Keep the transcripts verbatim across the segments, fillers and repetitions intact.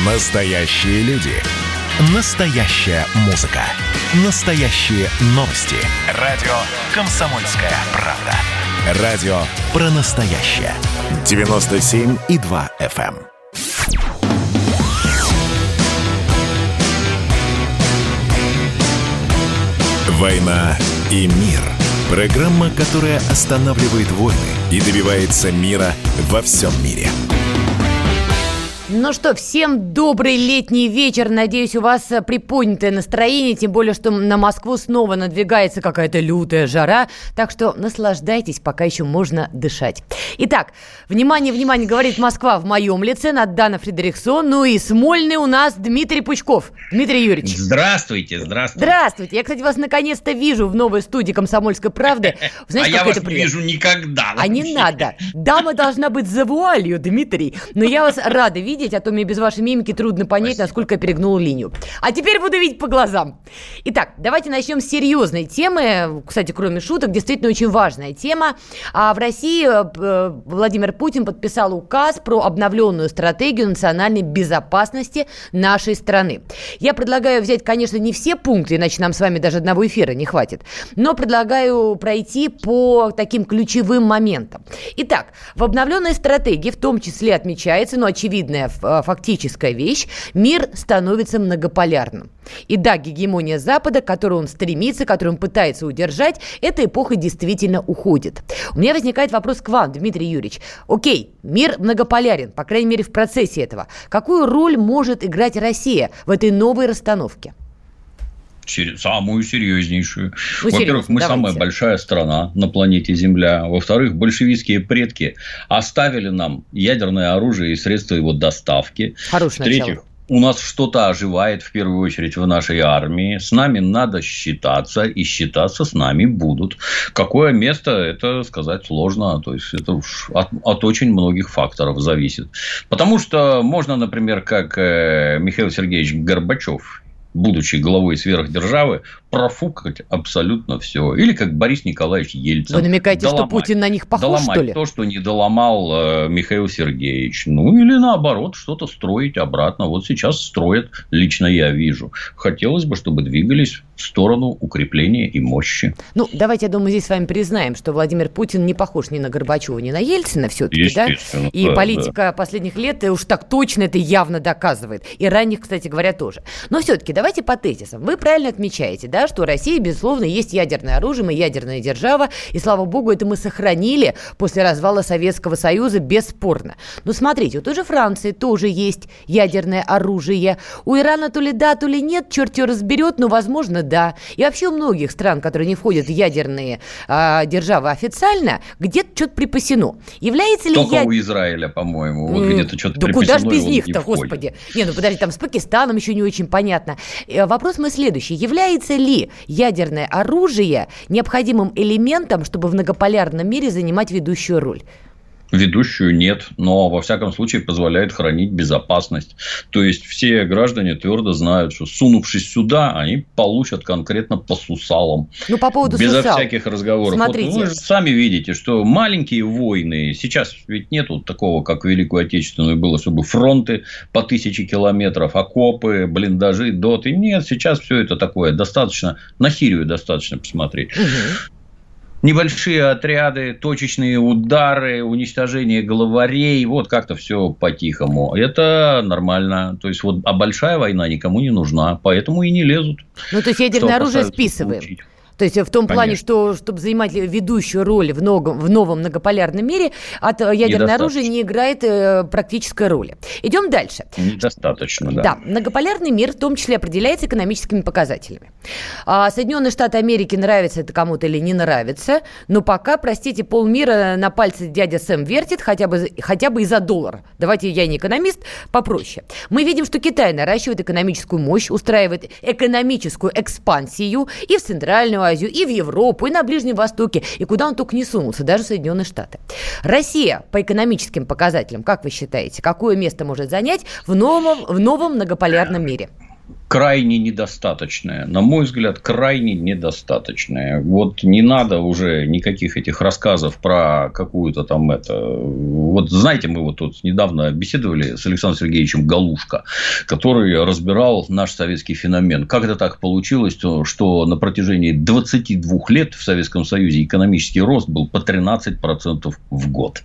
Настоящие люди. Настоящая музыка. Настоящие новости. Радио «Комсомольская правда». Радио про настоящее. девяносто семь и два эф эм. «Война и мир». Программа, которая останавливает войны и добивается мира во всем мире. Ну что, всем добрый летний вечер. Надеюсь, у вас приподнятое настроение, тем более, что на Москву снова надвигается какая-то лютая жара. Так что наслаждайтесь, пока еще можно дышать. Итак, внимание, внимание, говорит Москва в моем лице, Надана Фредериксон. Ну и Смольный у нас Дмитрий Пучков. Дмитрий Юрьевич. Здравствуйте, здравствуйте. Здравствуйте. Я, кстати, вас наконец-то вижу в новой студии «Комсомольской правды». А я вас не вижу никогда. А не надо. Дама должна быть за вуалью, Дмитрий. Но я вас рада видеть. А то мне без вашей мимики трудно понять, Спасибо. Насколько я перегнула линию. А теперь буду видеть по глазам. Итак, давайте начнем с серьезной темы. Кстати, кроме шуток, действительно очень важная тема. А в России Владимир Путин подписал указ про обновленную стратегию национальной безопасности нашей страны. Я предлагаю взять, конечно, не все пункты, иначе нам с вами даже одного эфира не хватит, но предлагаю пройти по таким ключевым моментам. Итак, в обновленной стратегии в том числе отмечается, ну, очевидная фактическая вещь, мир становится многополярным. И да, гегемония Запада, к которой он стремится, которую он пытается удержать, эта эпоха действительно уходит. У меня возникает вопрос к вам, Дмитрий Юрьевич. Окей, мир многополярен, по крайней мере в процессе этого. Какую роль может играть Россия в этой новой расстановке? Самую серьезнейшую. Ну, Во-первых, мы давайте. самая большая страна на планете Земля. Во-вторых, большевистские предки оставили нам ядерное оружие и средства его доставки. Хорошее В-третьих, начало. у нас что-то оживает, в первую очередь, в нашей армии. С нами надо считаться, и считаться с нами будут. Какое место, это сказать сложно. То есть, это уж от, от очень многих факторов зависит. Потому что можно, например, как Михаил Сергеевич Горбачев, будучи главой сверхдержавы, профукать абсолютно все. Или как Борис Николаевич Ельцин. Вы намекаете, доломать, что Путин на них похож, доломать что ли? то, что не доломал э, Михаил Сергеевич. Ну, или наоборот, что-то строить обратно. Вот сейчас строят, лично я вижу. Хотелось бы, чтобы двигались в сторону укрепления и мощи. Ну, давайте, я думаю, здесь с вами признаем, что Владимир Путин не похож ни на Горбачева, ни на Ельцина все-таки, да? И да, политика да. последних лет уж так точно это явно доказывает. И ранних, кстати говоря, тоже. Но все-таки давайте по тезисам. Вы правильно отмечаете, да, что Россия, безусловно, есть ядерное оружие, мы ядерная держава, и, слава богу, это мы сохранили после развала Советского Союза бесспорно. Но смотрите, у той же Франции тоже есть ядерное оружие. У Ирана то ли да, то ли нет, черт его разберет, но, возможно, да. И вообще у многих стран, которые не входят в ядерные а, державы официально, где-то что-то припасено. Является ли Только я... у Израиля, по-моему, вот Mm, где-то что-то да припасено. куда ж без не них-то, входит. господи. Не, ну подожди, там с Пакистаном еще не очень понятно. Вопрос мой следующий. Является ли ядерное оружие необходимым элементом, чтобы в многополярном мире занимать ведущую роль? Ведущую нет, но, во всяком случае, позволяет хранить безопасность. То есть, все граждане твердо знают, что, сунувшись сюда, они получат конкретно по сусалам. Ну, по поводу Безо сусал. всяких разговоров. Смотрите. Вот вы же сами видите, что маленькие войны, сейчас ведь нету такого, как в Великую Отечественную было, чтобы фронты по тысяче километров, окопы, блиндажи, доты. Нет, сейчас все это такое. Достаточно, на Сирию достаточно посмотреть. Угу. Небольшие отряды, точечные удары, уничтожение главарей. Вот как-то все по-тихому. Это нормально. То есть, вот, а большая война никому не нужна. Поэтому и не лезут. Ну, то есть, ядерное оружие списываем. Получить. То есть, в том Конечно. плане, что, чтобы занимать ведущую роль в новом, в новом многополярном мире, от ядерного оружия не играет э, практической роли. Идем дальше. Недостаточно, да. Да, многополярный мир в том числе определяется экономическими показателями. А Соединенные Штаты Америки, нравится это кому-то или не нравится, но пока, простите, полмира на пальце дядя Сэм вертит хотя бы, хотя бы и за доллар. Давайте, я не экономист, попроще. Мы видим, что Китай наращивает экономическую мощь, устраивает экономическую экспансию и в Центральную Азию, и в Европу, и на Ближнем Востоке, и куда он только не сунулся, даже Соединенные Штаты. Россия по экономическим показателям, как вы считаете, какое место может занять в новом, в новом многополярном мире? крайне недостаточное. На мой взгляд, крайне недостаточное. Вот не надо уже никаких этих рассказов про какую-то там это... Вот знаете, мы вот тут недавно беседовали с Александром Сергеевичем Галушко, который разбирал наш советский феномен. Как это так получилось, что на протяжении двадцати двух лет в Советском Союзе экономический рост был по тринадцать процентов в год.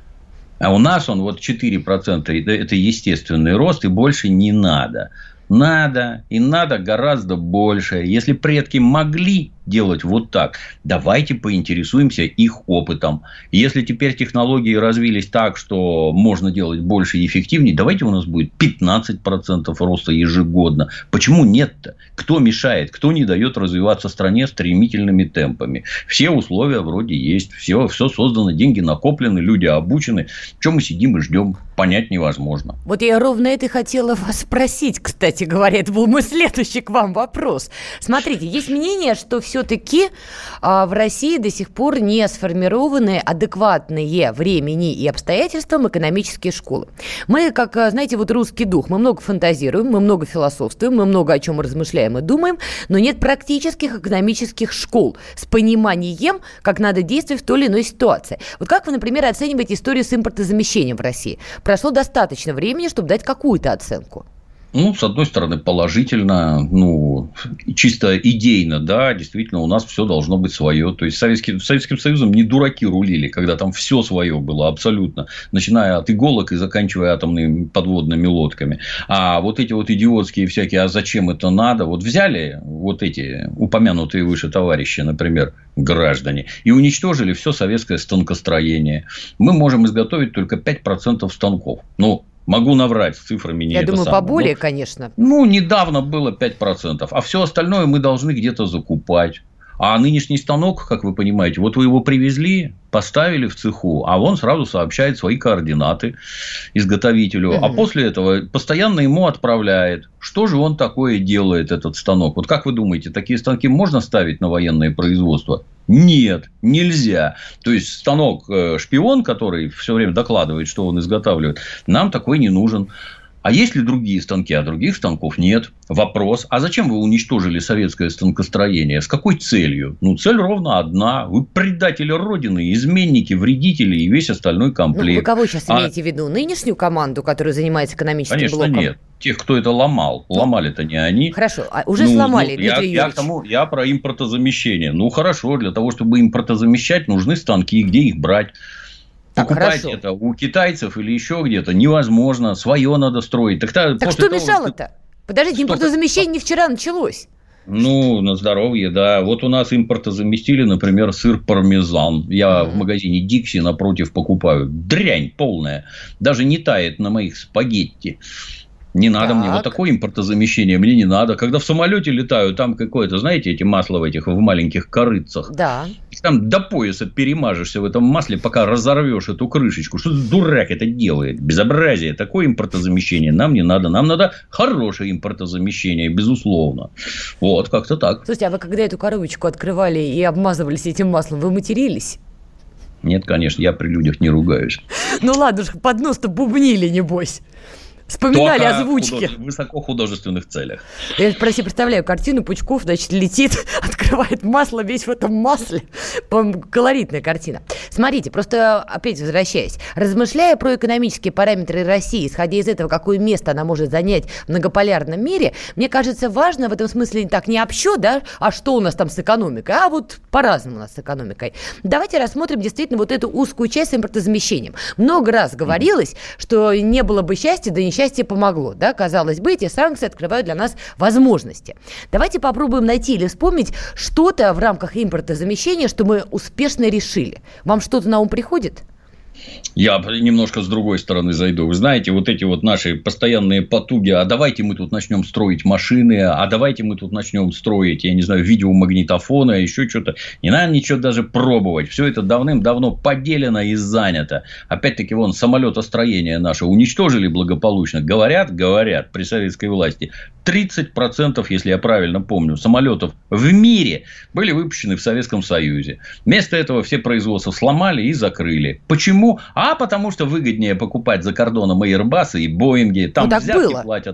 А у нас он вот четыре процента, это естественный рост, и больше не надо. Надо, и надо гораздо больше. Если предки могли делать вот так, давайте поинтересуемся их опытом. Если теперь технологии развились так, что можно делать больше и эффективнее, давайте у нас будет пятнадцать процентов роста ежегодно. Почему нет-то? Кто мешает? Кто не дает развиваться стране стремительными темпами? Все условия вроде есть. Все, все создано, деньги накоплены, люди обучены. Чем мы сидим и ждем? Понять невозможно. Вот я ровно это хотела вас спросить, кстати говоря. Это был мой следующий к вам вопрос. Смотрите, есть мнение, что все-таки а, в России до сих пор не сформированы адекватные времени и обстоятельствам экономические школы. Мы, как, знаете, вот русский дух, мы много фантазируем, мы много философствуем, мы много о чем размышляем и думаем, но нет практических экономических школ с пониманием, как надо действовать в той или иной ситуации. Вот как вы, например, оцениваете историю с импортозамещением в России? Прошло достаточно времени, чтобы дать какую-то оценку. Ну, с одной стороны, положительно, ну, чисто идейно, да, действительно, у нас все должно быть свое. То есть, Советский, Советским Союзом не дураки рулили, когда там все свое было абсолютно, начиная от иголок и заканчивая атомными подводными лодками. А вот эти вот идиотские всякие, а зачем это надо? Вот взяли вот эти упомянутые выше товарищи, например, граждане, и уничтожили все советское станкостроение. Мы можем изготовить только пять процентов станков. Ну, могу наврать с цифрами, не Я это думаю, самое. поболее, Но, конечно. Ну, недавно было пять процентов, а все остальное мы должны где-то закупать. А нынешний станок, как вы понимаете, вот вы его привезли, поставили в цеху, а он сразу сообщает свои координаты изготовителю. Угу. А после этого постоянно ему отправляет. Что же он такое делает, этот станок? Вот как вы думаете, такие станки можно ставить на военное производство? Нет, нельзя. То есть, станок-шпион, который все время докладывает, что он изготавливает, нам такой не нужен. А есть ли другие станки? А других станков нет. Вопрос, а зачем вы уничтожили советское станкостроение? С какой целью? Ну, цель ровно одна. Вы предатели Родины, изменники, вредители и весь остальной комплект. Ну, вы кого сейчас а... имеете в виду? Нынешнюю команду, которая занимается экономическим Конечно, блоком? Конечно, нет. Тех, кто это ломал. Ломали-то не они. Хорошо, а уже ну, сломали, ну, Дмитрий я, Юрьевич. Я, к тому, я про импортозамещение. Ну, хорошо, для того, чтобы импортозамещать, нужны станки. Где их брать? Покупать так, это у китайцев или еще где-то невозможно. Свое надо строить. Так, так что того, мешало-то? Что... Подождите, импортозамещение не вчера началось. Ну, на здоровье, да. Вот у нас импортозаместили, например, сыр пармезан. Я mm-hmm. в магазине Дикси напротив покупаю. Дрянь полная. Даже не тает на моих спагетти. Не надо так. мне. Вот такое импортозамещение мне не надо. Когда в самолете летаю, там какое-то, знаете, эти масла в этих в маленьких корытцах. Да. Там до пояса перемажешься в этом масле, пока разорвешь эту крышечку. Что за дурак это делает? Безобразие. Такое импортозамещение нам не надо. Нам надо хорошее импортозамещение, безусловно. Вот, как-то так. Слушайте, а вы когда эту коробочку открывали и обмазывались этим маслом, вы матерились? Нет, конечно, я при людях не ругаюсь. Ну ладно, под нос-то бубнили, небось. Вспоминали только озвучки. В высокохудожественных целях. Я просто представляю картину, Пучков, значит, летит, открывает масло, весь в этом масле. Колоритная картина. Смотрите, просто опять возвращаясь. Размышляя про экономические параметры России, исходя из этого, какое место она может занять в многополярном мире, мне кажется, важно в этом смысле так не общо, да, а что у нас там с экономикой, а вот по-разному у нас с экономикой. Давайте рассмотрим действительно вот эту узкую часть с импортозамещением. Много раз говорилось, что не было бы счастья, да несчастье помогло, да, казалось бы, эти санкции открывают для нас возможности. Давайте попробуем найти или вспомнить что-то в рамках импортозамещения, что мы успешно решили. Вам что-то на ум приходит? Я немножко с другой стороны зайду. Вы знаете, вот эти вот наши постоянные потуги, а давайте мы тут начнем строить машины, а давайте мы тут начнем строить, я не знаю, видеомагнитофоны, а еще что-то. Не надо ничего даже пробовать. Все это давным-давно поделено и занято. Опять-таки, вон, самолетостроение наше уничтожили благополучно. Говорят, говорят, при советской власти. тридцать процентов, если я правильно помню, самолетов в мире были выпущены в Советском Союзе. Вместо этого все производства сломали и закрыли. Почему? А потому что выгоднее покупать за кордоном Airbus и Боинги. Там ну, взятки было. платят.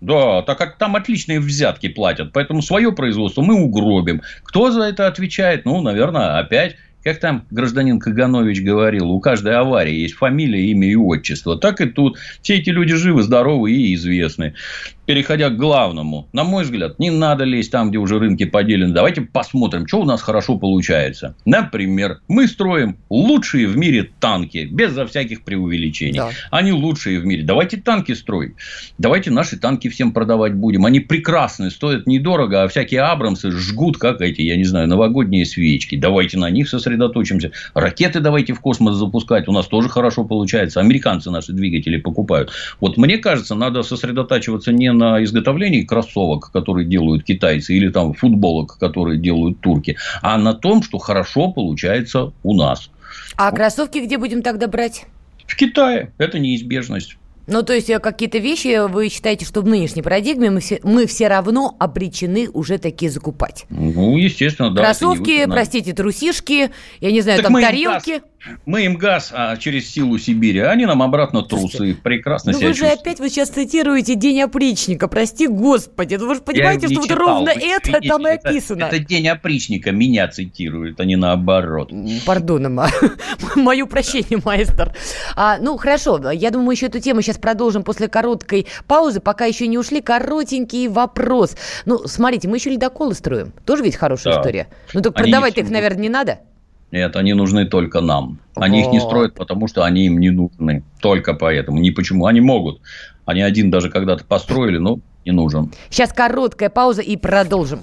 Да, так как там отличные взятки платят, поэтому свое производство мы угробим. Кто за это отвечает? Ну, наверное, опять... Как там гражданин Каганович говорил, у каждой аварии есть фамилия, имя и отчество. Так и тут. Все эти люди живы, здоровы и известны. Переходя к главному. На мой взгляд, не надо лезть там, где уже рынки поделены. Давайте посмотрим, что у нас хорошо получается. Например, мы строим лучшие в мире танки. Безо всяких преувеличений. Да. Они лучшие в мире. Давайте танки строить. Давайте наши танки всем продавать будем. Они прекрасные, стоят недорого. А всякие Абрамсы жгут, как эти, я не знаю, новогодние свечки. Давайте на них сосредоточимся. Ракеты давайте в космос запускать. У нас тоже хорошо получается. Американцы наши двигатели покупают. Вот мне кажется, надо сосредотачиваться не на изготовлении кроссовок, которые делают китайцы, или там футболок, которые делают турки, а на том, что хорошо получается у нас. А кроссовки где будем тогда брать? В Китае. Это неизбежность. Ну, то есть, какие-то вещи вы считаете, что в нынешней парадигме мы все, мы все равно обречены уже такие закупать? Ну, естественно, да. Кроссовки, простите, трусишки, я не знаю, так там тарелки. Газ, мы им газ а, через силу Сибири, а они нам обратно трусы. Слушайте, прекрасно ну себя вы же опять вы сейчас цитируете День опричника, прости господи. Вы же понимаете, что читал, вот ровно вы это видите, там и это, описано. Это День опричника меня цитирует, а не наоборот. Пардон, мое прощение, маэстро. А, ну, хорошо, я думаю, мы еще эту тему сейчас продолжим после короткой паузы, пока еще не ушли. Коротенький вопрос. Ну, смотрите, мы еще ледоколы строим. Тоже ведь хорошая да. история. Ну, так они продавать их, наверное, не надо? Нет, они нужны только нам. Они вот. их не строят, потому что они им не нужны. Только поэтому. Не почему. Они могут. Они один даже когда-то построили, но не нужен. Сейчас короткая пауза и продолжим.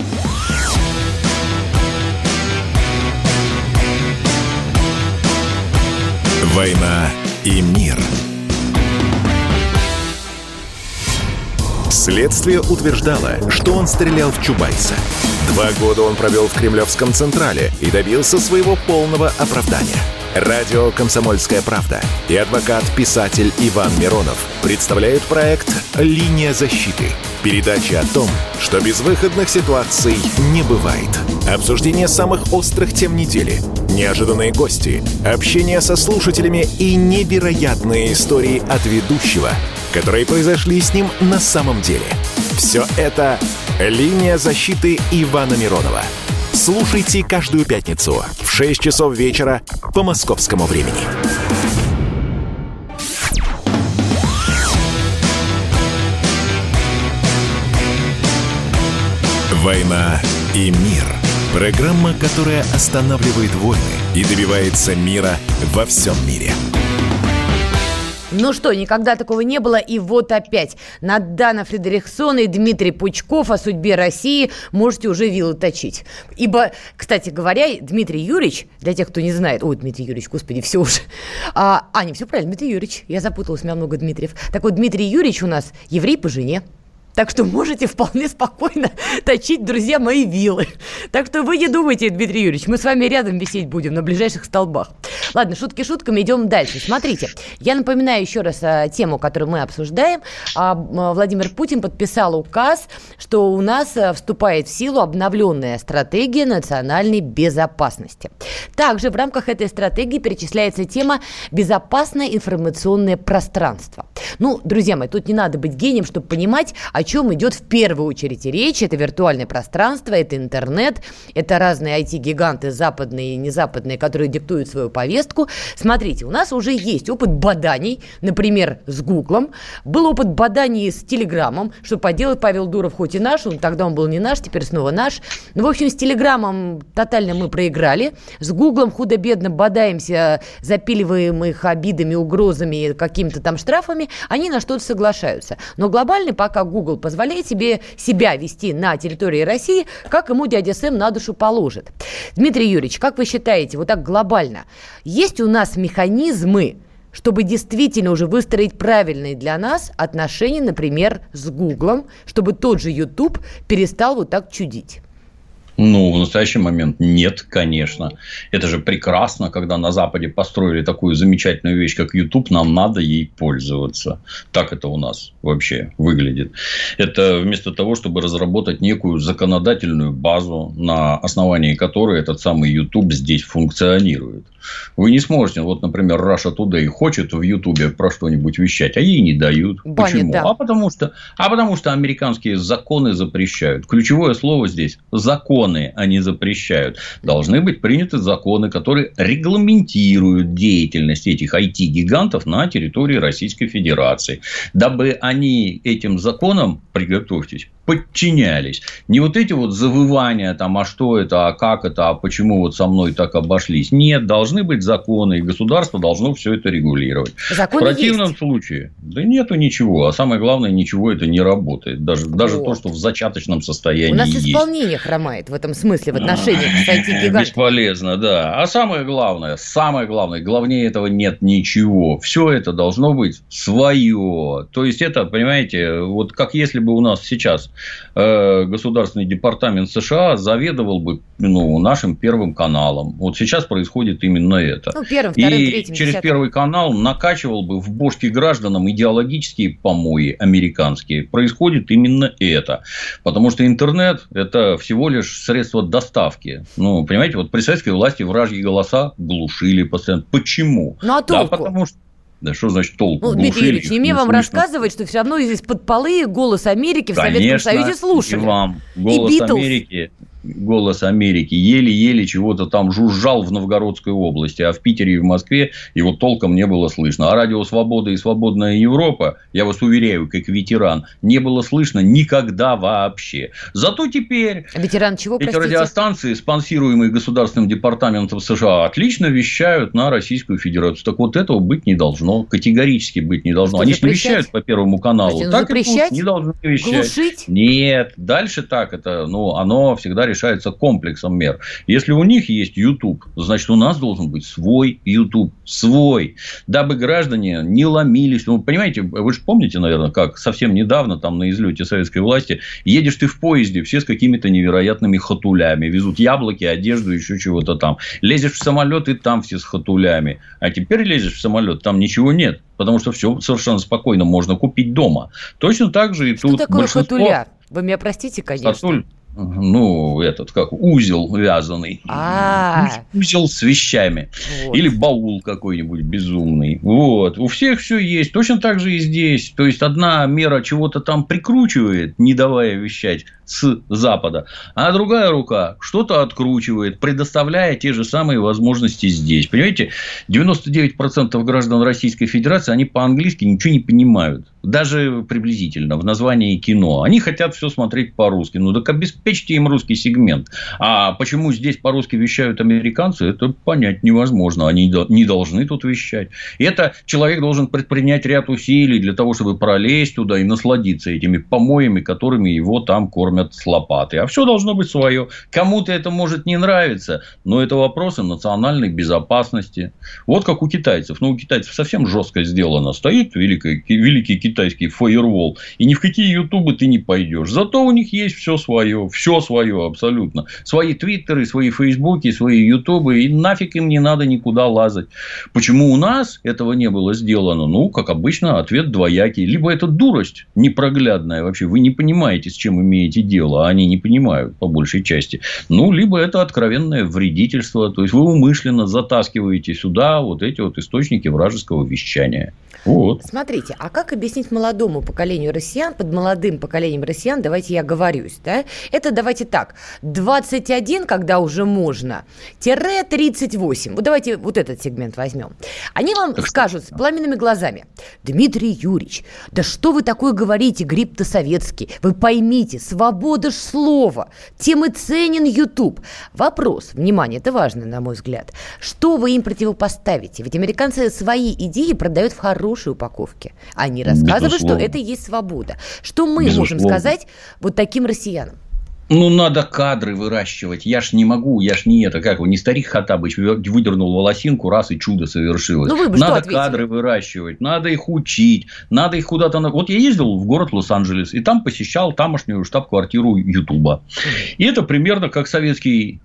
«Война и мир». Следствие утверждало, что он стрелял в Чубайса. Два года он провел в Кремлевском Централе и добился своего полного оправдания. Радио «Комсомольская правда» и адвокат-писатель Иван Миронов представляют проект «Линия защиты». Передача о том, что безвыходных ситуаций не бывает. Обсуждение самых острых тем недели, неожиданные гости, общение со слушателями и невероятные истории от ведущего, которые произошли с ним на самом деле. Все это «Линия защиты» Ивана Миронова. Слушайте каждую пятницу в шесть часов вечера по московскому времени. «Война и мир». Программа, которая останавливает войны и добивается мира во всем мире. Ну что, никогда такого не было, и вот опять. Надана Фридрихсон и Дмитрий Пучков о судьбе России можете уже вилы точить. Ибо, кстати говоря, Дмитрий Юрьевич, для тех, кто не знает, ой, Дмитрий Юрьевич, господи, все уже. А, а, не, все правильно, Дмитрий Юрьевич, я запуталась, у меня много Дмитриев. Так вот, Дмитрий Юрьевич у нас еврей по жене. Так что можете вполне спокойно точить, друзья мои, вилы. Так что вы не думайте, Дмитрий Юрьевич, мы с вами рядом висеть будем на ближайших столбах. Ладно, шутки шутками, идем дальше. Смотрите, я напоминаю еще раз а, тему, которую мы обсуждаем. А, Владимир Путин подписал указ, что у нас а, вступает в силу обновленная стратегия национальной безопасности. Также в рамках этой стратегии перечисляется тема «безопасное информационное пространство». Ну, друзья мои, тут не надо быть гением, чтобы понимать, о чем идет в первую очередь речь. Это виртуальное пространство, это интернет, это разные ай ти-гиганты, западные и незападные, которые диктуют свою повестку. Смотрите, у нас уже есть опыт боданий, например, с Гуглом. Был опыт боданий с Телеграмом, что поделать Павел Дуров, хоть и наш, он, тогда он был не наш, теперь снова наш. Ну, в общем, с Телеграмом тотально мы проиграли. С Гуглом худо-бедно бодаемся, запиливаем их обидами, угрозами, какими-то там штрафами. Они на что-то соглашаются. Но глобально, пока Google позволяет себе себя вести на территории России, как ему дядя Сэм на душу положит. Дмитрий Юрьевич, как вы считаете, вот так глобально, есть у нас механизмы, чтобы действительно уже выстроить правильные для нас отношения, например, с Гуглом, чтобы тот же YouTube перестал вот так чудить? Ну, в настоящий момент нет, конечно. Это же прекрасно, когда на Западе построили такую замечательную вещь, как YouTube, нам надо ей пользоваться. Так это у нас вообще выглядит. Это вместо того, чтобы разработать некую законодательную базу, на основании которой этот самый YouTube здесь функционирует. Вы не сможете, вот, например, Russia Today хочет в Ютубе про что-нибудь вещать, а ей не дают. Банят, Почему? да. А потому что, а потому что американские законы запрещают. Ключевое слово здесь – законы, они запрещают. Должны быть приняты законы, которые регламентируют деятельность этих ай ти-гигантов на территории Российской Федерации. Дабы они этим законам, приготовьтесь, подчинялись. Не вот эти вот завывания, там, а что это, а как это, а почему вот со мной так обошлись. Нет, должны быть законы, и государство должно все это регулировать. Законы в противном есть. случае, да нету ничего. А самое главное, ничего это не работает. Даже, даже то, что в зачаточном состоянии У нас есть. исполнение хромает в этом смысле, в отношениях с ай ти-гигантами. Бесполезно, да. А самое главное, самое главное, главнее этого нет ничего. Все это должно быть свое. То есть, это, понимаете, вот как если бы у нас сейчас Государственный департамент США заведовал бы, ну, нашим Первым каналом. Вот сейчас происходит именно это. Ну, первым, вторым, и третьим, через десятым. Первый канал накачивал бы в бошки гражданам идеологические помои американские. Происходит именно это. Потому что интернет – это всего лишь средство доставки. Ну, понимаете, вот при советской власти вражьи голоса глушили постоянно. Почему? Ну, а толку? Да, потому что Да что значит толку? Ну, Дмитрий Юрьевич, не мне вам слышно. рассказывать, что все равно из-под полы голос Америки в Конечно, Советском Союзе слушали. И вам голос и Beatles. Америки. Голос Америки еле-еле чего-то там жужжал в Новгородской области, а в Питере и в Москве его толком не было слышно. А радио «Свобода» и «Свободная Европа», я вас уверяю, как ветеран, не было слышно никогда вообще. Зато теперь Ветеран чего, эти простите? радиостанции, спонсируемые Государственным департаментом США, отлично вещают на Российскую Федерацию. Так вот, этого быть не должно, категорически быть не должно. Что, Они же не запрещать? вещают по Первому каналу. Подожди, ну, так и запрещать? тут не должны вещать. Глушить? Нет, дальше так это, ну, оно всегда решается комплексом мер. Если у них есть YouTube, значит, у нас должен быть свой YouTube, свой, дабы граждане не ломились. Ну, понимаете, вы же помните, наверное, как совсем недавно, там, на излете советской власти, едешь ты в поезде, все с какими-то невероятными хатулями, везут яблоки, одежду, еще чего-то там. Лезешь в самолет, и там все с хатулями. А теперь лезешь в самолет, там ничего нет. Потому что все совершенно спокойно можно купить дома. Точно так же и Что тут такое большинство... хатуля? Вы меня простите, конечно. Хатуль, ну, этот, как узел вязаный. А. Узел с вещами. Вот. Или баул какой-нибудь безумный. Вот. У всех все есть. Точно так же и здесь. То есть, одна мера чего-то там прикручивает, не давая вещать с Запада, а другая рука что-то откручивает, предоставляя те же самые возможности здесь. Понимаете, девяносто девять процентов граждан Российской Федерации, они по-английски ничего не понимают. Даже приблизительно в названии кино. Они хотят все смотреть по-русски. Ну, так обеспечьте им русский сегмент. А почему здесь по-русски вещают американцы, это понять невозможно. Они не должны тут вещать. И это человек должен предпринять ряд усилий для того, чтобы пролезть туда и насладиться этими помоями, которыми его там кормят с лопаты. А все должно быть свое. Кому-то это может не нравиться, но это вопросы национальной безопасности. Вот как у китайцев. Ну, у китайцев совсем жестко сделано. Стоит великий, великий китайский фаервол, и ни в какие ютубы ты не пойдешь. Зато у них есть все свое. Все свое абсолютно. Свои твиттеры, свои фейсбуки, свои ютубы. И нафиг им не надо никуда лазать. Почему у нас этого не было сделано? Ну, как обычно, ответ двоякий. Либо это дурость непроглядная вообще. Вы не понимаете, с чем имеете дело, а они не понимают по большей части. Ну, либо это откровенное вредительство. То есть, вы умышленно затаскиваете сюда вот эти вот источники вражеского вещания. Вот. Смотрите, а как объяснить молодому поколению россиян, под молодым поколением россиян, давайте я оговорюсь, да? Это давайте так, двадцать один, когда уже можно, тире тридцать восемь. Вот давайте вот этот сегмент возьмем. Они вам так скажут что? С пламенными глазами: Дмитрий Юрьевич, да что вы такое говорите, гриб-то советский? Вы поймите, свобода ж слова, тем и ценен YouTube. Вопрос, внимание, это важно, на мой взгляд. Что вы им противопоставите? Ведь американцы свои идеи продают в хорошем упаковке. Они рассказывают, Безусловно. Что это и есть свобода. Что мы Безусловно. Можем сказать вот таким россиянам? Ну, надо кадры выращивать. Я ж не могу, я ж не это, как вы, не старик Хоттабыч выдернул волосинку, раз и чудо совершилось. Ну, вы бы надо кадры выращивать, надо их учить, надо их куда-то... Вот я ездил в город Лос-Анджелес, и там посещал тамошнюю штаб-квартиру Ютуба. И это примерно как советский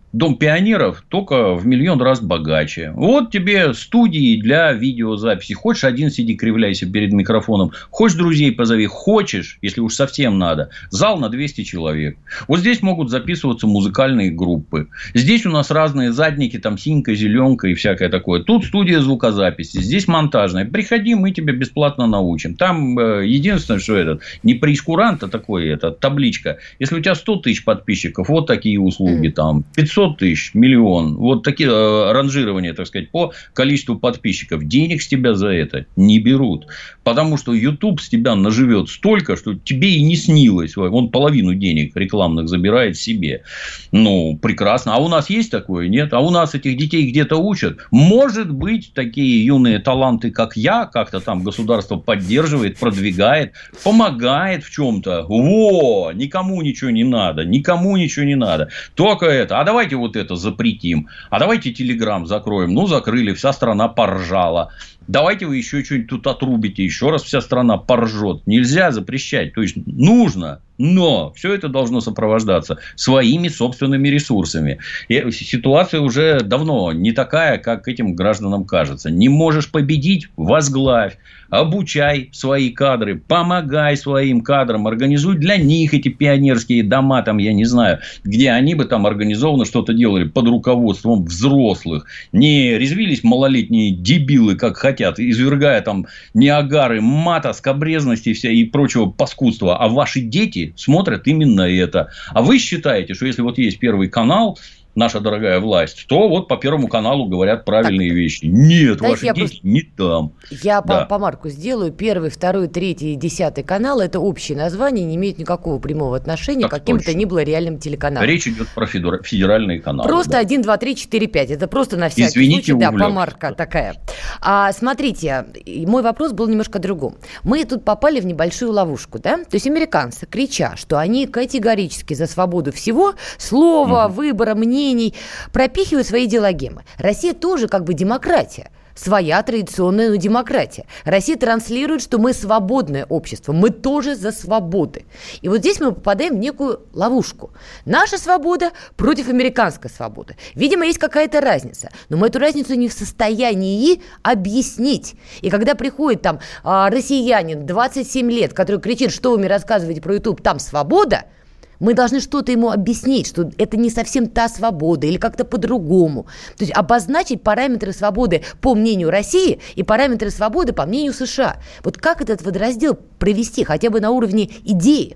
Дом пионеров только в миллион раз богаче. Вот тебе студии для видеозаписи. Хочешь, один сиди, кривляйся перед микрофоном. Хочешь, друзей позови. Хочешь, если уж совсем надо. Зал на двести человек. Вот здесь могут записываться музыкальные группы. Здесь у нас разные задники. Там синька, зеленка и всякое такое. Тут студия звукозаписи. Здесь монтажная. Приходи, мы тебя бесплатно научим. Там э, единственное, что этот не прейскурант, а такой это, табличка. Если у тебя сто тысяч подписчиков, вот такие услуги. Mm. Там пятьсот тысяч, миллион. Вот такие э, ранжирования, так сказать, по количеству подписчиков. Денег с тебя за это не берут. Потому что YouTube с тебя наживет столько, что тебе и не снилось. Он половину денег рекламных забирает себе. Ну, прекрасно. А у нас есть такое? Нет. А у нас этих детей где-то учат? Может быть, такие юные таланты, как я, как-то там государство поддерживает, продвигает, помогает в чем-то. Во! Никому ничего не надо. Никому ничего не надо. Только это. А давайте вот это запретим. А давайте Телеграм закроем. Ну, закрыли. Вся страна поржала. Давайте вы еще что-нибудь тут отрубите. Еще раз вся страна поржет. Нельзя запрещать. То есть, нужно. Но все это должно сопровождаться своими собственными ресурсами. И ситуация уже давно не такая, как этим гражданам кажется. Не можешь победить – возглавь. Обучай свои кадры, помогай своим кадрам, организуй для них эти пионерские дома, там, я не знаю, где они бы там организованно что-то делали под руководством взрослых. Не резвились малолетние дебилы, как хотят, извергая там Ниагары, мата, скабрезности и прочего паскудства. А ваши дети смотрят именно это. А вы считаете, что если вот есть Первый канал, наша дорогая власть, то вот по Первому каналу говорят правильные так, вещи. Нет, ваши дети просто... не там. Я да. по, по марку сделаю. Первый, второй, третий и десятый канал – это общее название, не имеют никакого прямого отношения так к каким бы то ни было реальным телеканалам. Речь идет про федеральные каналы. Просто да. один, два, три, четыре, пять. Это просто на всякий Извините, случай. Да, помарка такая. А, смотрите, мой вопрос был немножко о другом. Мы тут попали в небольшую ловушку, да? То есть, американцы, крича, что они категорически за свободу всего, слова, угу. выбора, мнений, пропихивают свои идеологемы. Россия тоже как бы демократия. Своя традиционная, но демократия. Россия транслирует, что мы свободное общество. Мы тоже за свободы. И вот здесь мы попадаем в некую ловушку. Наша свобода против американской свободы. Видимо, есть какая-то разница. Но мы эту разницу не в состоянии объяснить. И когда приходит там россиянин двадцать семь лет, который кричит, что вы мне рассказываете про YouTube, там свобода, мы должны что-то ему объяснить, что это не совсем та свобода или как-то по-другому. То есть, обозначить параметры свободы по мнению России и параметры свободы по мнению США. Вот как этот водораздел провести хотя бы на уровне идеи?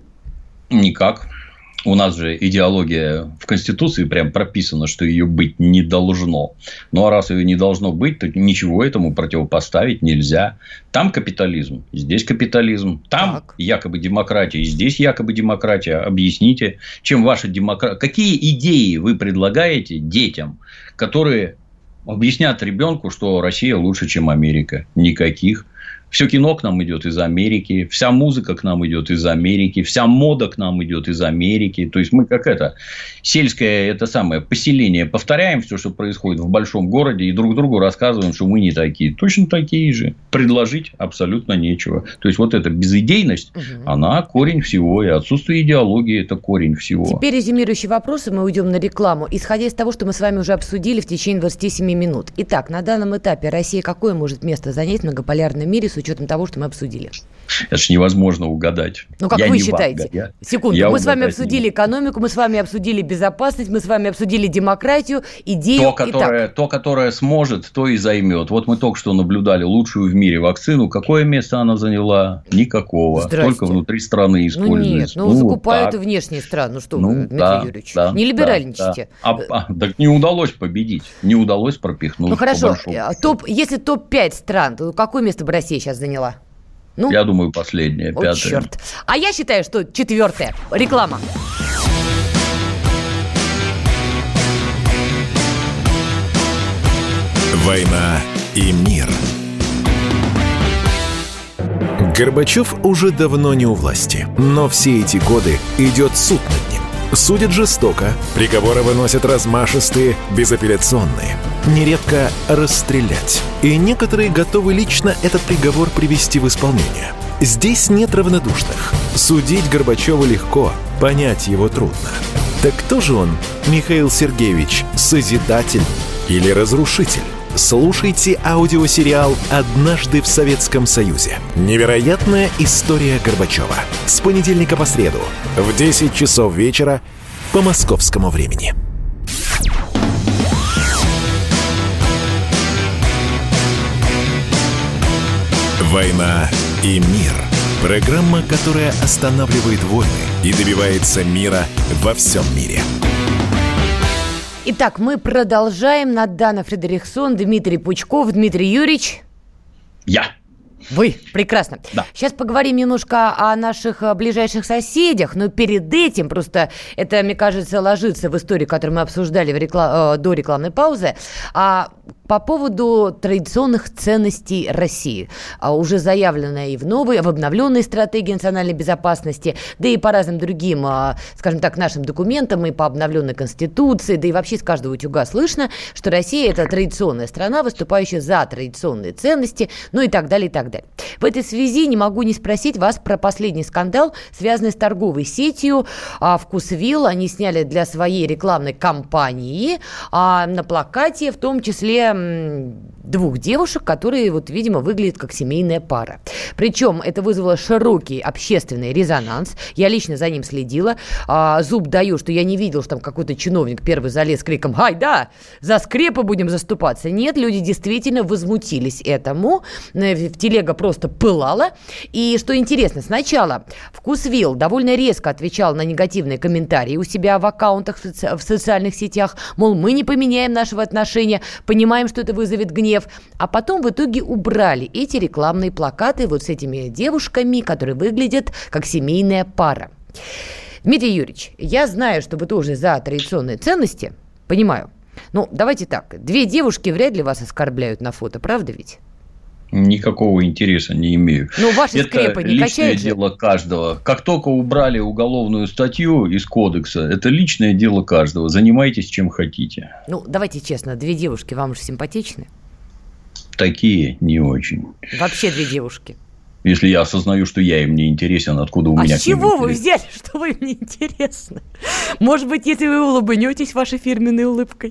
Никак. У нас же идеология в Конституции прям прописана, что ее быть не должно. Ну, а раз ее не должно быть, то ничего этому противопоставить нельзя. Там капитализм, здесь капитализм. Там так. якобы демократия, и здесь якобы демократия. Объясните, чем ваша демократия... Какие идеи вы предлагаете детям, которые объяснят ребенку, что Россия лучше, чем Америка? Никаких. Все кино к нам идет из Америки, вся музыка к нам идет из Америки, вся мода к нам идет из Америки. То есть, мы как это, сельское это самое поселение, повторяем все, что происходит в большом городе, и друг другу рассказываем, что мы не такие. Точно такие же. Предложить абсолютно нечего. То есть, вот эта безидейность, угу. она корень всего, и отсутствие идеологии – это корень всего. Теперь резюмирующие вопросы, мы уйдем на рекламу, исходя из того, что мы с вами уже обсудили в течение двадцати семи минут. Итак, на данном этапе Россия какое может место занять в многополярном мире с учетом того, что мы обсудили? Это же невозможно угадать. Ну, как я вы считаете? Я, Секунду. я мы с вами обсудили экономику, мы с вами обсудили безопасность, мы с вами обсудили демократию, идею. То, которое, то, которое сможет, то и займет. Вот мы только что наблюдали лучшую в мире вакцину. Какое место она заняла? Никакого. Здрасте. Только внутри страны используется. Ну, нет, ну, ну закупают так. внешние страны. Ну, что ну, вы, Дмитрий да, Юрьевич, да, не либеральничайте. Да, да. А, а, так не удалось победить, не удалось пропихнуть. Ну, хорошо. Топ, если топ пять стран, то какое место бы Россия сейчас заняла? Ну, я думаю, последнее, пятое. О, черт. А я считаю, что четвертое. Реклама. «Война и мир». Горбачев уже давно не у власти, но все эти годы идет суд над ним. Судят жестоко, приговоры выносят размашистые, безапелляционные. Нередко расстрелять. И некоторые готовы лично этот приговор привести в исполнение. Здесь нет равнодушных. Судить Горбачева легко, понять его трудно. Так кто же он, Михаил Сергеевич, созидатель или разрушитель? Слушайте аудиосериал «Однажды в Советском Союзе». Невероятная история Горбачева. С понедельника по среду в десять часов вечера по московскому времени. «Война и мир». Программа, которая останавливает войны и добивается мира во всем мире. Итак, мы продолжаем. Надана Фредериксон, Дмитрий Пучков. Дмитрий Юрьевич. Я. Вы. Прекрасно. Да. Сейчас поговорим немножко о наших ближайших соседях, но перед этим, просто это, мне кажется, ложится в историю, которую мы обсуждали в реклам... до рекламной паузы, а по поводу традиционных ценностей России. А уже заявлено и в новой, в обновленной стратегии национальной безопасности, да и по разным другим, скажем так, нашим документам, и по обновленной Конституции, да и вообще с каждого утюга слышно, что Россия – это традиционная страна, выступающая за традиционные ценности, ну и так далее, и так далее. В этой связи не могу не спросить вас про последний скандал, связанный с торговой сетью а, «Вкусвилл». Они сняли для своей рекламной кампании а, на плакате, в том числе м, двух девушек, которые, вот, видимо, выглядят как семейная пара. Причем это вызвало широкий общественный резонанс. Я лично за ним следила. А, зуб даю, что я не видел, что там какой-то чиновник первый залез с криком «Ай, да, за скрепы будем заступаться». Нет, люди действительно возмутились этому. В телега просто пылала. И что интересно, сначала «Вкусвилл» довольно резко отвечал на негативные комментарии у себя в аккаунтах в, соци- в социальных сетях, мол, мы не поменяем нашего отношения, понимаем, что это вызовет гнев. А потом в итоге убрали эти рекламные плакаты вот с этими девушками, которые выглядят как семейная пара. Дмитрий Юрьевич, я знаю, что вы тоже за традиционные ценности, понимаю. Ну, давайте так, две девушки вряд ли вас оскорбляют на фото, правда ведь? Никакого интереса не имею. Ну, ваши это скрепы не личное качают же? Дело каждого. Как только убрали уголовную статью из кодекса, это личное дело каждого. Занимайтесь чем хотите. Ну, давайте честно, две девушки вам же симпатичны? Такие не очень. Вообще две девушки. Если я осознаю, что я им не интересен, откуда у а меня... А с чего вы взяли, что вы им не интересны? Может быть, если вы улыбнетесь вашей фирменной улыбкой?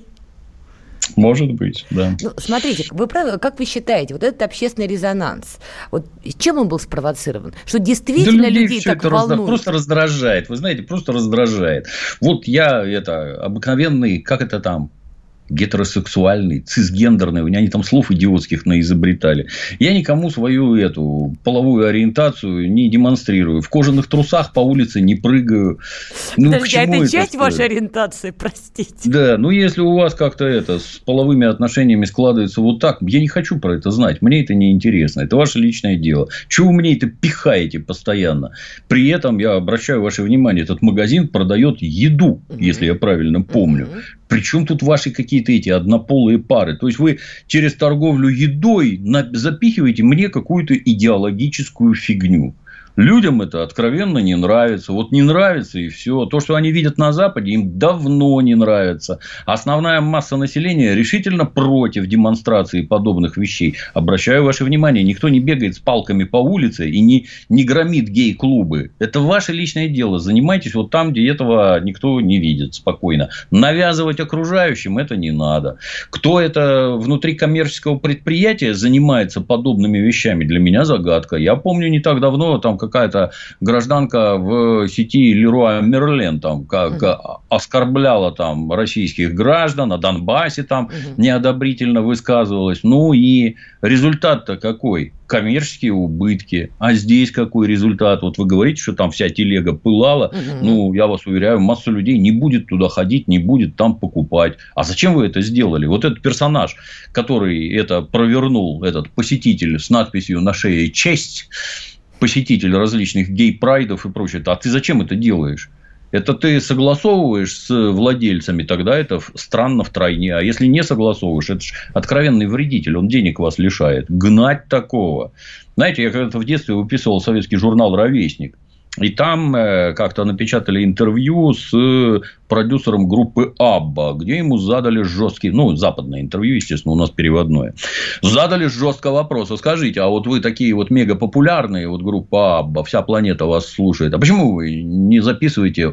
Может быть, да. Ну, смотрите, вы правы, как вы считаете, вот этот общественный резонанс, вот чем он был спровоцирован? Что действительно да людей, людей так волнует? Разда... Просто раздражает, вы знаете, просто раздражает. Вот я, это, обыкновенный, как это там, гетеросексуальный, цисгендерный, у меня они там слов идиотских наизобретали. Я никому свою эту половую ориентацию не демонстрирую. В кожаных трусах по улице не прыгаю. Ну, подождите, а это, это часть стоит? Вашей ориентации, простите. Да, ну если у вас как-то это с половыми отношениями складывается вот так, я не хочу про это знать, мне это не интересно, это ваше личное дело. Чего вы мне это пихаете постоянно? При этом я обращаю ваше внимание, этот магазин продает еду, угу. если я правильно помню. Угу. Причем тут ваши какие-то эти однополые пары? То есть, вы через торговлю едой запихиваете мне какую-то идеологическую фигню. Людям это откровенно не нравится. Вот не нравится и все. То, что они видят на Западе, им давно не нравится. Основная масса населения решительно против демонстрации подобных вещей. Обращаю ваше внимание, никто не бегает с палками по улице и не, не громит гей-клубы. Это ваше личное дело. Занимайтесь вот там, где этого никто не видит спокойно. Навязывать окружающим это не надо. Кто это внутри коммерческого предприятия занимается подобными вещами, для меня загадка. Я помню не так давно, там какая-то гражданка в сети Леруа Мерлен там как uh-huh. оскорбляла там российских граждан, на Донбассе там uh-huh. неодобрительно высказывалась. Ну и результат-то какой? Коммерческие убытки. А здесь какой результат? Вот вы говорите, что там вся телега пылала. Uh-huh. Ну, я вас уверяю, масса людей не будет туда ходить, не будет там покупать. А зачем вы это сделали? Вот этот персонаж, который это провернул, этот посетитель с надписью на шее «Честь», посетитель различных гей-прайдов и прочее. А ты зачем это делаешь? Это ты согласовываешь с владельцами, тогда это странно втройне. А если не согласовываешь, это же откровенный вредитель, он денег вас лишает. Гнать такого. Знаете, я когда-то в детстве выписывал советский журнал «Ровесник». И там как-то напечатали интервью с продюсером группы Абба, где ему задали жесткий, ну, западное интервью, естественно, у нас переводное. Задали жестко вопрос. Скажите, а вот вы такие вот мегапопулярные, вот группа Абба, вся планета вас слушает. А почему вы не записываете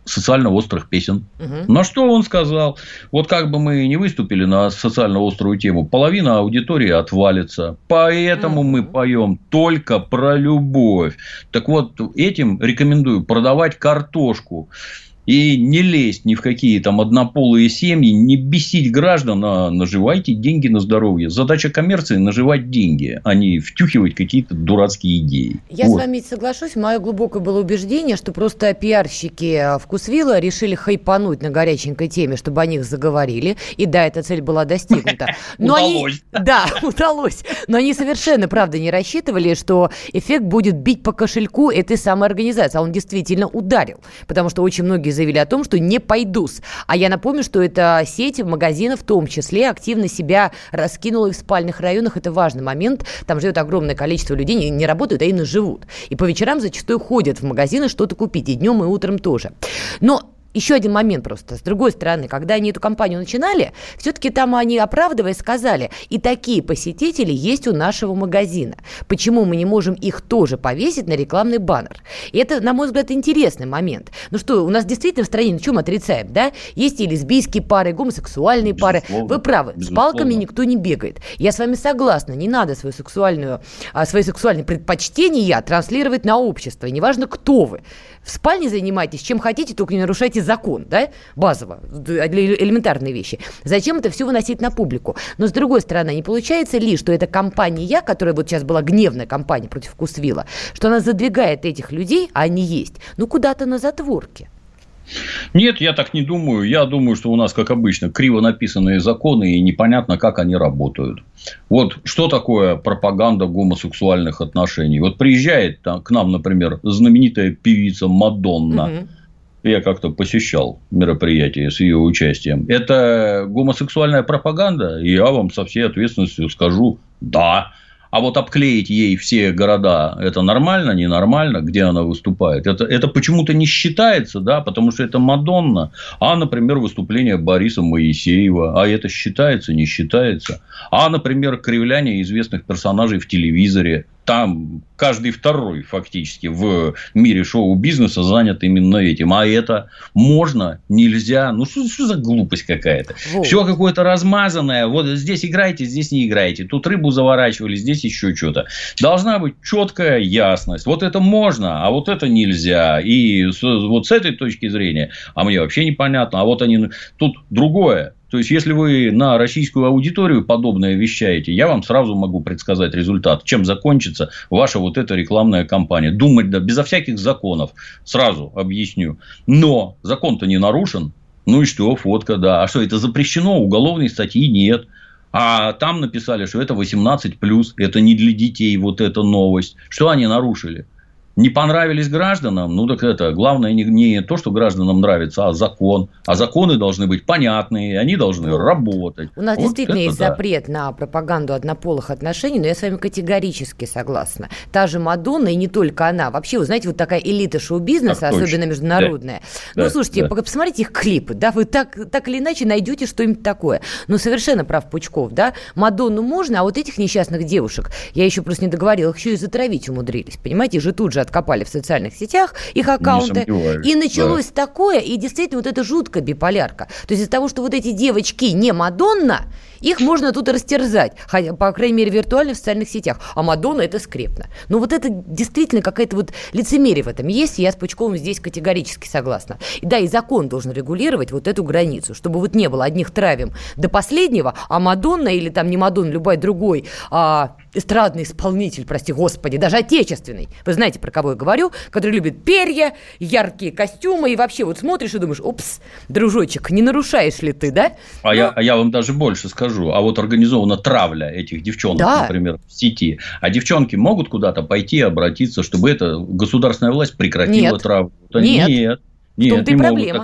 социально острых песен. Угу. На что он сказал? Вот как бы мы не выступили на социально острую тему, половина аудитории отвалится. Поэтому угу. мы поем только про любовь. Так вот, этим рекомендую продавать картошку. И не лезть ни в какие там однополые семьи, не бесить граждан, а наживайте деньги на здоровье. Задача коммерции – наживать деньги, а не втюхивать какие-то дурацкие идеи. Я вот. с вами соглашусь. Мое глубокое было убеждение, что просто пиарщики Вкусвилла решили хайпануть на горяченькой теме, чтобы о них заговорили. И да, эта цель была достигнута. Удалось. Да, удалось. Но они совершенно, правда, не рассчитывали, что эффект будет бить по кошельку этой самой организации. А он действительно ударил. Потому что очень многие заявили о том, что не пойдусь. А я напомню, что эта сеть магазинов в том числе активно себя раскинула и в спальных районах. Это важный момент. Там живет огромное количество людей, не, не работают, а именно живут. И по вечерам зачастую ходят в магазины что-то купить. И днем, и утром тоже. Но еще один момент просто. С другой стороны, когда они эту кампанию начинали, все-таки там они, оправдываясь, сказали, и такие посетители есть у нашего магазина. Почему мы не можем их тоже повесить на рекламный баннер? И это, на мой взгляд, интересный момент. Ну что, у нас действительно в стране, ну что мы отрицаем, да? Есть и лесбийские пары, и гомосексуальные пары. Безусловно. Вы правы, Безусловно. С палками никто не бегает. Я с вами согласна, не надо свою сексуальную, свои сексуальные предпочтения транслировать на общество. И неважно, кто вы. В спальне занимайтесь, чем хотите, только не нарушайте закон, да, базово, элементарные вещи. Зачем это все выносить на публику? Но, с другой стороны, не получается ли, что эта кампания, которая вот сейчас была гневная кампания против Вкусвилла, что она задвигает этих людей, а они есть, ну, куда-то на затворке? Нет, я так не думаю. Я думаю, что у нас, как обычно, криво написанные законы и непонятно, как они работают. Вот что такое пропаганда гомосексуальных отношений? Вот приезжает там, к нам, например, знаменитая певица Мадонна. Угу. Я как-то посещал мероприятие с ее участием. Это гомосексуальная пропаганда? И я вам со всей ответственностью скажу «да». А вот обклеить ей все города – это нормально, ненормально, где она выступает? Это, это почему-то не считается, да, потому что это Мадонна. А, например, выступление Бориса Моисеева. А это считается, не считается. А, например, кривляние известных персонажей в телевизоре. Там каждый второй фактически в мире шоу-бизнеса занят именно этим. А это можно, нельзя. Ну, что, что за глупость какая-то? Вот. Все какое-то размазанное. Вот здесь играете, здесь не играете. Тут рыбу заворачивали, здесь еще что-то. Должна быть четкая ясность. Вот это можно, а вот это нельзя. И вот с этой точки зрения, а мне вообще непонятно. А вот они... Тут другое. То есть, если вы на российскую аудиторию подобное вещаете, я вам сразу могу предсказать результат, чем закончится ваша вот эта рекламная кампания. Думать, да, безо всяких законов, сразу объясню. Но закон-то не нарушен. Ну и что, фотка, да. А что, это запрещено? Уголовной статьи нет. А там написали, что это восемнадцать плюс, это не для детей, вот эта новость. Что они нарушили? Не понравились гражданам? Ну, так это, главное не, не то, что гражданам нравится, а закон. А законы должны быть понятные, они должны работать. У нас вот действительно есть да. запрет на пропаганду однополых отношений, но я с вами категорически согласна. Та же Мадонна, и не только она. Вообще, вы знаете, вот такая элита шоу-бизнеса, так, особенно точно. Международная. Да. Ну, да. слушайте, да. посмотрите их клипы, да, вы так, так или иначе найдете что-нибудь такое. Ну, совершенно прав Пучков, да. Мадонну можно, а вот этих несчастных девушек, я еще просто не договорила, их еще и затравить умудрились, понимаете, же тут же откопали в социальных сетях их аккаунты. И началось да. такое, и действительно вот это жуткая биполярка. То есть из-за того, что вот эти девочки не Мадонна, их можно тут растерзать, хотя, по крайней мере, виртуально в социальных сетях. А Мадонна – это скрепно. Ну, вот это действительно какая-то вот лицемерие в этом есть, и я с Пучковым здесь категорически согласна. И да, и закон должен регулировать вот эту границу, чтобы вот не было одних травим до последнего, а Мадонна или там не Мадонна, любой другой а, эстрадный исполнитель, прости господи, даже отечественный, вы знаете, про кого я говорю, который любит перья, яркие костюмы, и вообще вот смотришь и думаешь, упс, дружочек, не нарушаешь ли ты, да? А, ну, я, а я вам даже больше скажу. А вот организована травля этих девчонок, да. например, в сети. А девчонки могут куда-то пойти, обратиться, чтобы эта государственная власть прекратила нет. травлю? Нет. Нет. В том-то и проблема. Так,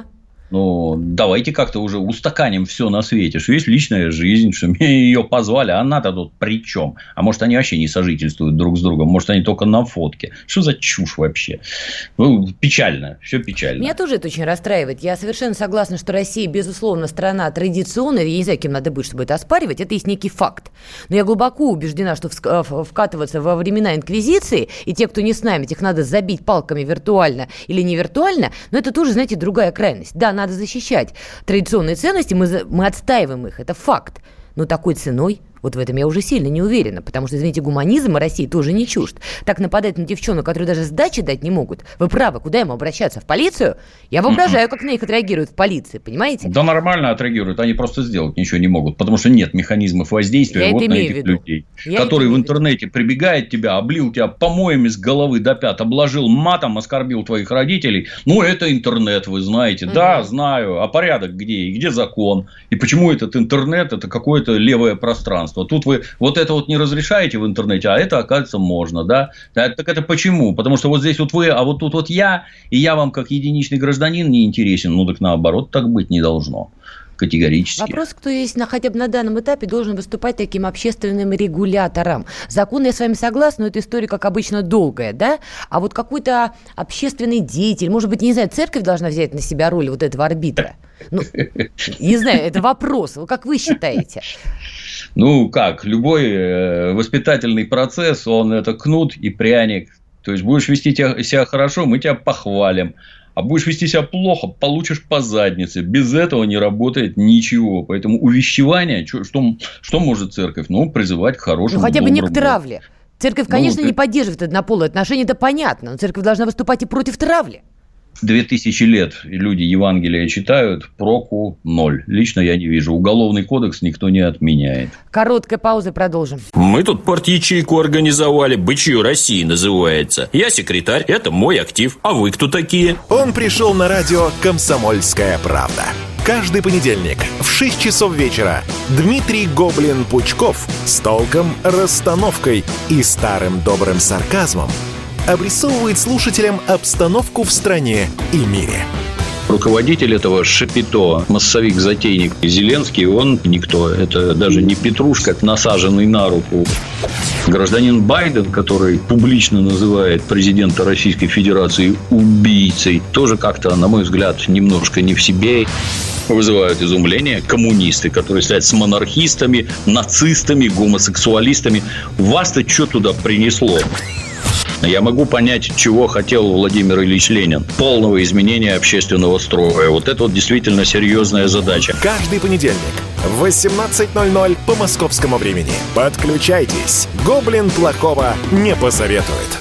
Ну, давайте как-то уже устаканим все на свете, что есть личная жизнь, что мне ее позвали, а она-то тут при чем? А может, они вообще не сожительствуют друг с другом, может, они только на фотке. Что за чушь вообще? Ну, печально, все печально. Меня тоже это очень расстраивает. Я совершенно согласна, что Россия, безусловно, страна традиционная. Я не знаю, кем надо быть, чтобы это оспаривать. Это есть некий факт. Но я глубоко убеждена, что вкатываться во времена инквизиции, и те, кто не с нами, тех надо забить палками виртуально или не виртуально, но это тоже, знаете, другая крайность. Да, надо защищать традиционные ценности, мы, мы отстаиваем их, это факт. Но такой ценой, вот в этом я уже сильно не уверена, потому что, извините, гуманизм России тоже не чужд. Так нападать на девчонок, которые даже сдачи дать не могут. Вы правы, куда им обращаться? В полицию? Я воображаю, как на них отреагируют в полиции, понимаете? Да нормально отреагируют, они просто сделать ничего не могут, потому что нет механизмов воздействия я вот на этих людей, я которые в интернете прибегает тебя, облил тебя помоями с головы до пят, обложил матом, оскорбил твоих родителей. Ну, это интернет, вы знаете. Угу. Да, знаю. А порядок где? И где закон? И почему этот интернет – это какое-то левое пространство? Тут вы вот это вот не разрешаете в интернете, а это, оказывается, можно, да? Так это почему? Потому что вот здесь вот вы, а вот тут вот я, и я вам как единичный гражданин не интересен. Ну, так наоборот, так быть не должно. Категорически. Вопрос, кто есть на, хотя бы на данном этапе, должен выступать таким общественным регулятором. Закон, я с вами согласна, но эта история, как обычно, долгая, да? А вот какой-то общественный деятель, может быть, не знаю, церковь должна взять на себя роль вот этого арбитра? Ну, не знаю, это вопрос. Как вы считаете? Ну, как, любой воспитательный процесс, он это кнут и пряник. То есть, будешь вести себя хорошо, мы тебя похвалим. А будешь вести себя плохо, получишь по заднице. Без этого не работает ничего. Поэтому увещевание, что, что, что может церковь? Ну, призывать к хорошему. Ну, хотя бы не к травле. Церковь, конечно, ну, не поддерживает однополые отношения, это понятно. Но церковь должна выступать и против травли. Две тысячи лет люди Евангелия читают, проку ноль. Лично я не вижу. Уголовный кодекс никто не отменяет. Короткая пауза, продолжим. Мы тут парт-ячейку организовали, «Бычье России» называется. Я секретарь, это мой актив. А вы кто такие? Он пришел на радио «Комсомольская правда». Каждый понедельник в шесть часов вечера Дмитрий Гоблин-Пучков с толком, расстановкой и старым добрым сарказмом обрисовывает слушателям обстановку в стране и мире. Руководитель этого шапито, массовик-затейник Зеленский, он никто. Это даже не петрушка, насаженный на руку. Гражданин Байден, который публично называет президента Российской Федерации убийцей, тоже как-то, на мой взгляд, немножко не в себе. Вызывают изумление коммунисты, которые стоят с монархистами, нацистами, гомосексуалистами. Вас-то что туда принесло? Я могу понять, чего хотел Владимир Ильич Ленин. Полного изменения общественного строя. Вот это вот действительно серьезная задача. Каждый понедельник в восемнадцать ноль ноль по московскому времени. Подключайтесь. Гоблин плохого не посоветует.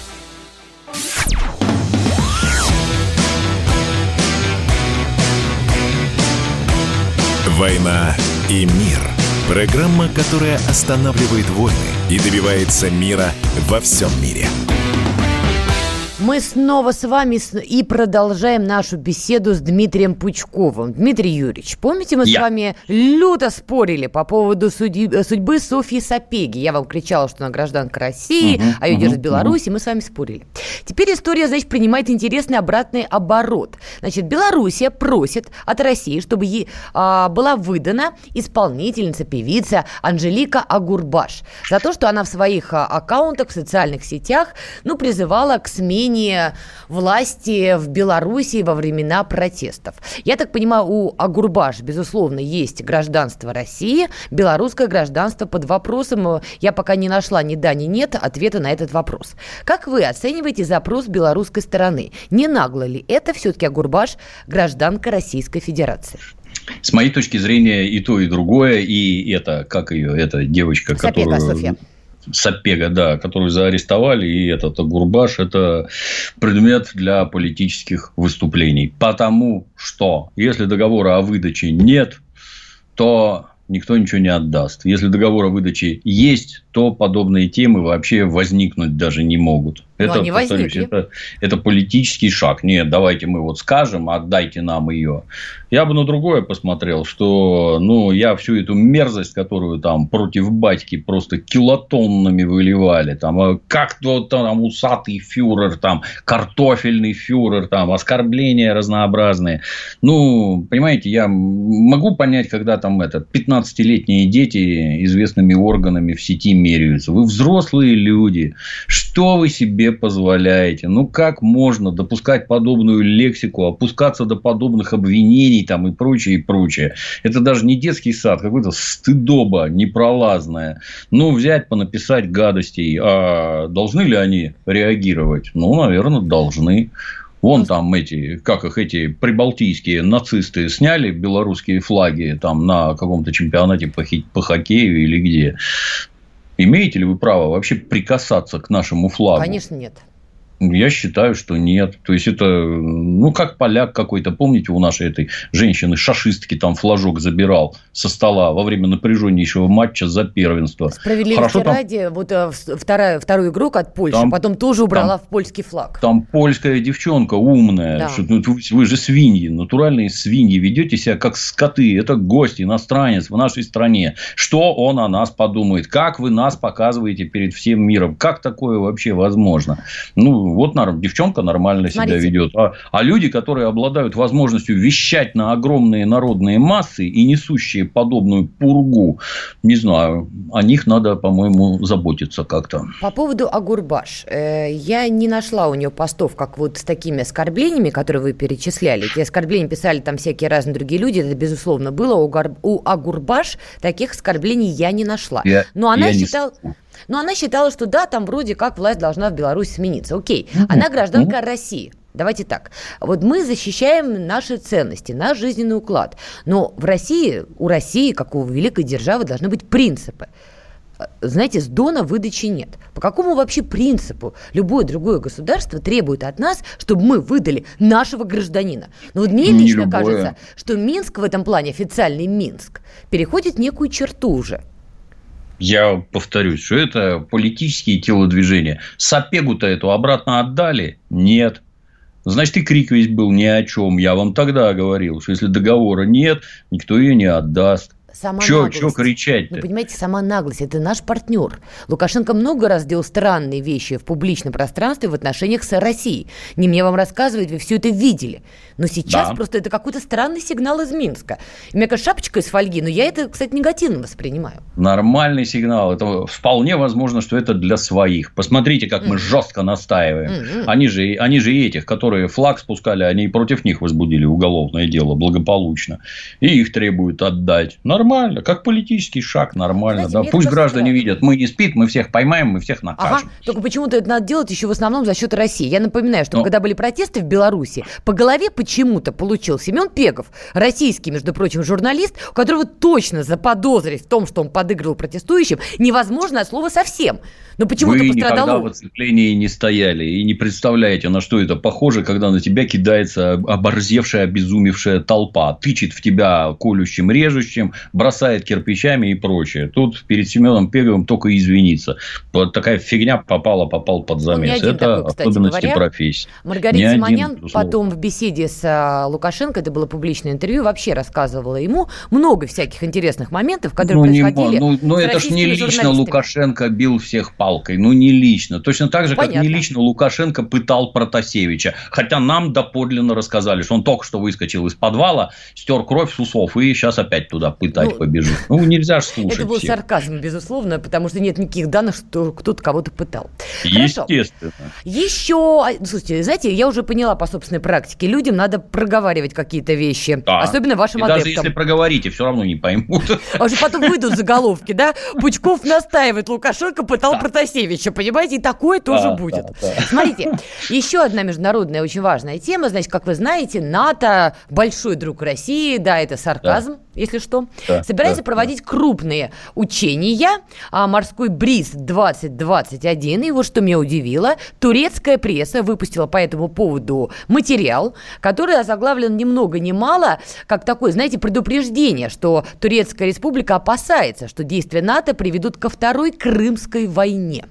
«Война и мир». Программа, которая останавливает войны и добивается мира во всем мире. Мы снова с вами и продолжаем нашу беседу с Дмитрием Пучковым. Дмитрий Юрьевич, помните, мы Я. с вами люто спорили по поводу судьбы, судьбы Софьи Сапеги. Я вам кричала, что она гражданка России, угу, а ее угу, держит Беларусь, угу. и мы с вами спорили. Теперь история, значит, принимает интересный обратный оборот. Значит, Белоруссия просит от России, чтобы ей а, была выдана исполнительница, певица Анжелика Агурбаш за то, что она в своих а, аккаунтах в социальных сетях, ну, призывала к смене власти в Беларуси во времена протестов. Я так понимаю, у Агурбаш, безусловно, есть гражданство России, белорусское гражданство под вопросом. Я пока не нашла ни да, ни нет ответа на этот вопрос. Как вы оцениваете запрос белорусской стороны? Не нагло ли это все-таки Агурбаш гражданка Российской Федерации? С моей точки зрения и то, и другое. И это, как ее, эта девочка, Сапега, которую... Софья. Сапега, да, которую заарестовали, и этот Агурбаш – это предмет для политических выступлений. Потому что, если договора о выдаче нет, то никто ничего не отдаст. Если договор о выдаче есть, то подобные темы вообще возникнуть даже не могут. Это, повторюсь, это, это политический шаг. Нет, давайте мы вот скажем, отдайте нам ее. Я бы на другое посмотрел, что ну, я всю эту мерзость, которую там против батьки просто килотоннами выливали, там, как-то там усатый фюрер, там, картофельный фюрер, там, оскорбления разнообразные. Ну, понимаете, я могу понять, когда там это, пятнадцатилетние дети известными органами в сети меряются. Вы взрослые люди. Что вы себе позволяете? Ну, как можно допускать подобную лексику, опускаться до подобных обвинений там, и прочее, и прочее? Это даже не детский сад, какой-то стыдоба непролазная. Ну, взять, понаписать гадостей. А должны ли они реагировать? Ну, наверное, должны. Вон там эти, как их, эти прибалтийские нацисты сняли белорусские флаги там на каком-то чемпионате по, хи- по хоккею или где. Имеете ли вы право вообще прикасаться к нашему флагу? Конечно, нет. Я считаю, что нет. То есть, это, ну, как поляк какой-то. Помните, у нашей этой женщины-шашистки там флажок забирал со стола во время напряженнейшего матча за первенство. Справедливости ради, там... вот вторая, второй игрок от Польши там, потом тоже убрала там, в польский флаг. Там польская девчонка умная. Да. Что, ну, вы же свиньи, натуральные свиньи. Ведете себя как скоты. Это гость, иностранец в нашей стране. Что он о нас подумает? Как вы нас показываете перед всем миром? Как такое вообще возможно? Ну, вот девчонка нормально Смотрите. себя ведет. А, а люди, которые обладают возможностью вещать на огромные народные массы и несущие подобную пургу, не знаю, о них надо, по-моему, заботиться как-то. По поводу Агурбаш. Я не нашла у нее постов, как вот с такими оскорблениями, которые вы перечисляли. Эти оскорбления писали там всякие разные другие люди. Это, безусловно, было. У Агурбаш таких оскорблений я не нашла. Я, Но она считала... Но она считала, что да, там вроде как власть должна в Беларуси смениться. Окей, она гражданка России. Давайте так. Вот мы защищаем наши ценности, наш жизненный уклад. Но в России, у России, как у великой державы, должны быть принципы. Знаете, с дона выдачи нет. По какому вообще принципу любое другое государство требует от нас, чтобы мы выдали нашего гражданина? Ну вот мне Не лично любое. кажется, что Минск в этом плане, официальный Минск, переходит некую черту уже. Я повторюсь, что это политические телодвижения. Сапегу-то эту обратно отдали? Нет. Значит, и крик весь был ни о чем. Я вам тогда говорил, что если договора нет, никто ее не отдаст. Сама Чё, наглость. чё кричать-то? Ну, понимаете, сама наглость – это наш партнер. Лукашенко много раз делал странные вещи в публичном пространстве в отношениях с Россией. Не мне вам рассказывать, вы все это видели. Но сейчас да. просто это какой-то странный сигнал из Минска. И мне кажется, шапочка из фольги, но я это, кстати, негативно воспринимаю. Нормальный сигнал. Это вполне возможно, что это для своих. Посмотрите, как mm-hmm. мы жестко настаиваем. Mm-hmm. Они же, они же и этих, которые флаг спускали, они и против них возбудили уголовное дело благополучно. И их требуют отдать. Нормально, как политический шаг, нормально. Знаете, да? Пусть граждане нравится. видят, мы не спит, мы всех поймаем, мы всех накажем. Ага, только почему-то это надо делать еще в основном за счет России. Я напоминаю, что Но... когда были протесты в Беларуси, по голове почему-то получил Семен Пегов, российский, между прочим, журналист, у которого точно заподозрить в том, что он подыгрывал протестующим, невозможно от слова совсем. Но почему-то Вы пострадал никогда в оцеплении не стояли и не представляете, на что это похоже, когда на тебя кидается оборзевшая, обезумевшая толпа, тычет в тебя колющим, режущим, бросает кирпичами и прочее. Тут перед Семеном Пеговым только извиниться. Вот такая фигня попала, попал под замес. Это такой, особенности говоря, профессии. Маргарита Симонян потом в беседе с Лукашенко, это было публичное интервью, вообще рассказывала ему много всяких интересных моментов, которые ну, происходили. Не, ну, ну это ж не лично Лукашенко бил всех палкой. Ну, не лично. Точно так же, Понятно. как не лично Лукашенко пытал Протасевича. Хотя нам доподлинно рассказали, что он только что выскочил из подвала, стер кровь с усов и сейчас опять туда пытать ну, побежит. Ну, нельзя же слушать. Это был всех. сарказм, безусловно, потому что нет никаких данных, что кто-то кого-то пытал. Естественно. Хорошо. Еще, слушайте, знаете, я уже поняла по собственной практике, людям надо проговаривать какие-то вещи, да. особенно вашим и адептам. Даже если проговорите, все равно не поймут. А уже потом выйдут заголовки, да? Пучков настаивает, Лукашенко пытал Протасевича, понимаете? И такое тоже да, будет. Да, да. Смотрите, еще одна международная очень важная тема, значит, как вы знаете, НАТО большой друг России, да, это сарказм, да. если что, да, собирается да, проводить да. крупные учения, а морской бриз двадцать двадцать один, и вот что меня удивило, турецкая пресса выпустила по этому поводу материал, который озаглавлен ни много ни мало, как такое, знаете, предупреждение, что Турецкая республика опасается, что действия НАТО приведут ко второй Крымской войне.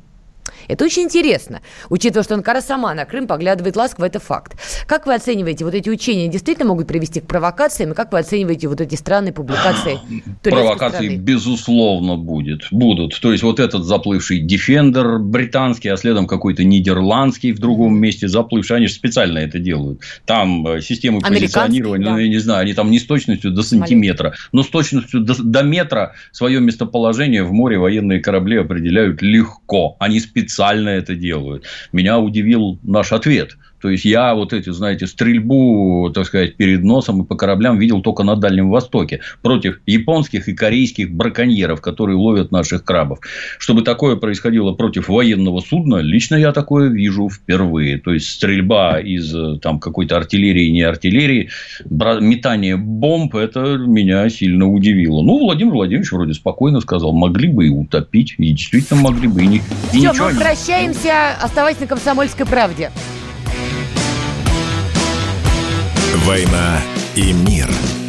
Это очень интересно, учитывая, что Анкара сама на Крым поглядывает ласково, это факт. Как вы оцениваете, вот эти учения действительно могут привести к провокациям, и как вы оцениваете вот эти странные публикации турецкой Провокации, страны? безусловно, будет, будут. То есть, вот этот заплывший Defender британский, а следом какой-то нидерландский в другом месте заплывший, они же специально это делают. Там системы позиционирования, да. ну, я не знаю, они там не с точностью до сантиметра, но с точностью до, до метра свое местоположение в море военные корабли определяют легко. Они специально Специально это делают. Меня удивил наш ответ. То есть, я вот эти, знаете, стрельбу, так сказать, перед носом и по кораблям видел только на Дальнем Востоке против японских и корейских браконьеров, которые ловят наших крабов. Чтобы такое происходило против военного судна, лично я такое вижу впервые. То есть, стрельба из там, какой-то артиллерии, не артиллерии, метание бомб, это меня сильно удивило. Ну, Владимир Владимирович вроде спокойно сказал, могли бы и утопить, и действительно могли бы, и, не, и Все, ничего. мы прощаемся, оставайтесь на «Комсомольской правде». «Война и мир».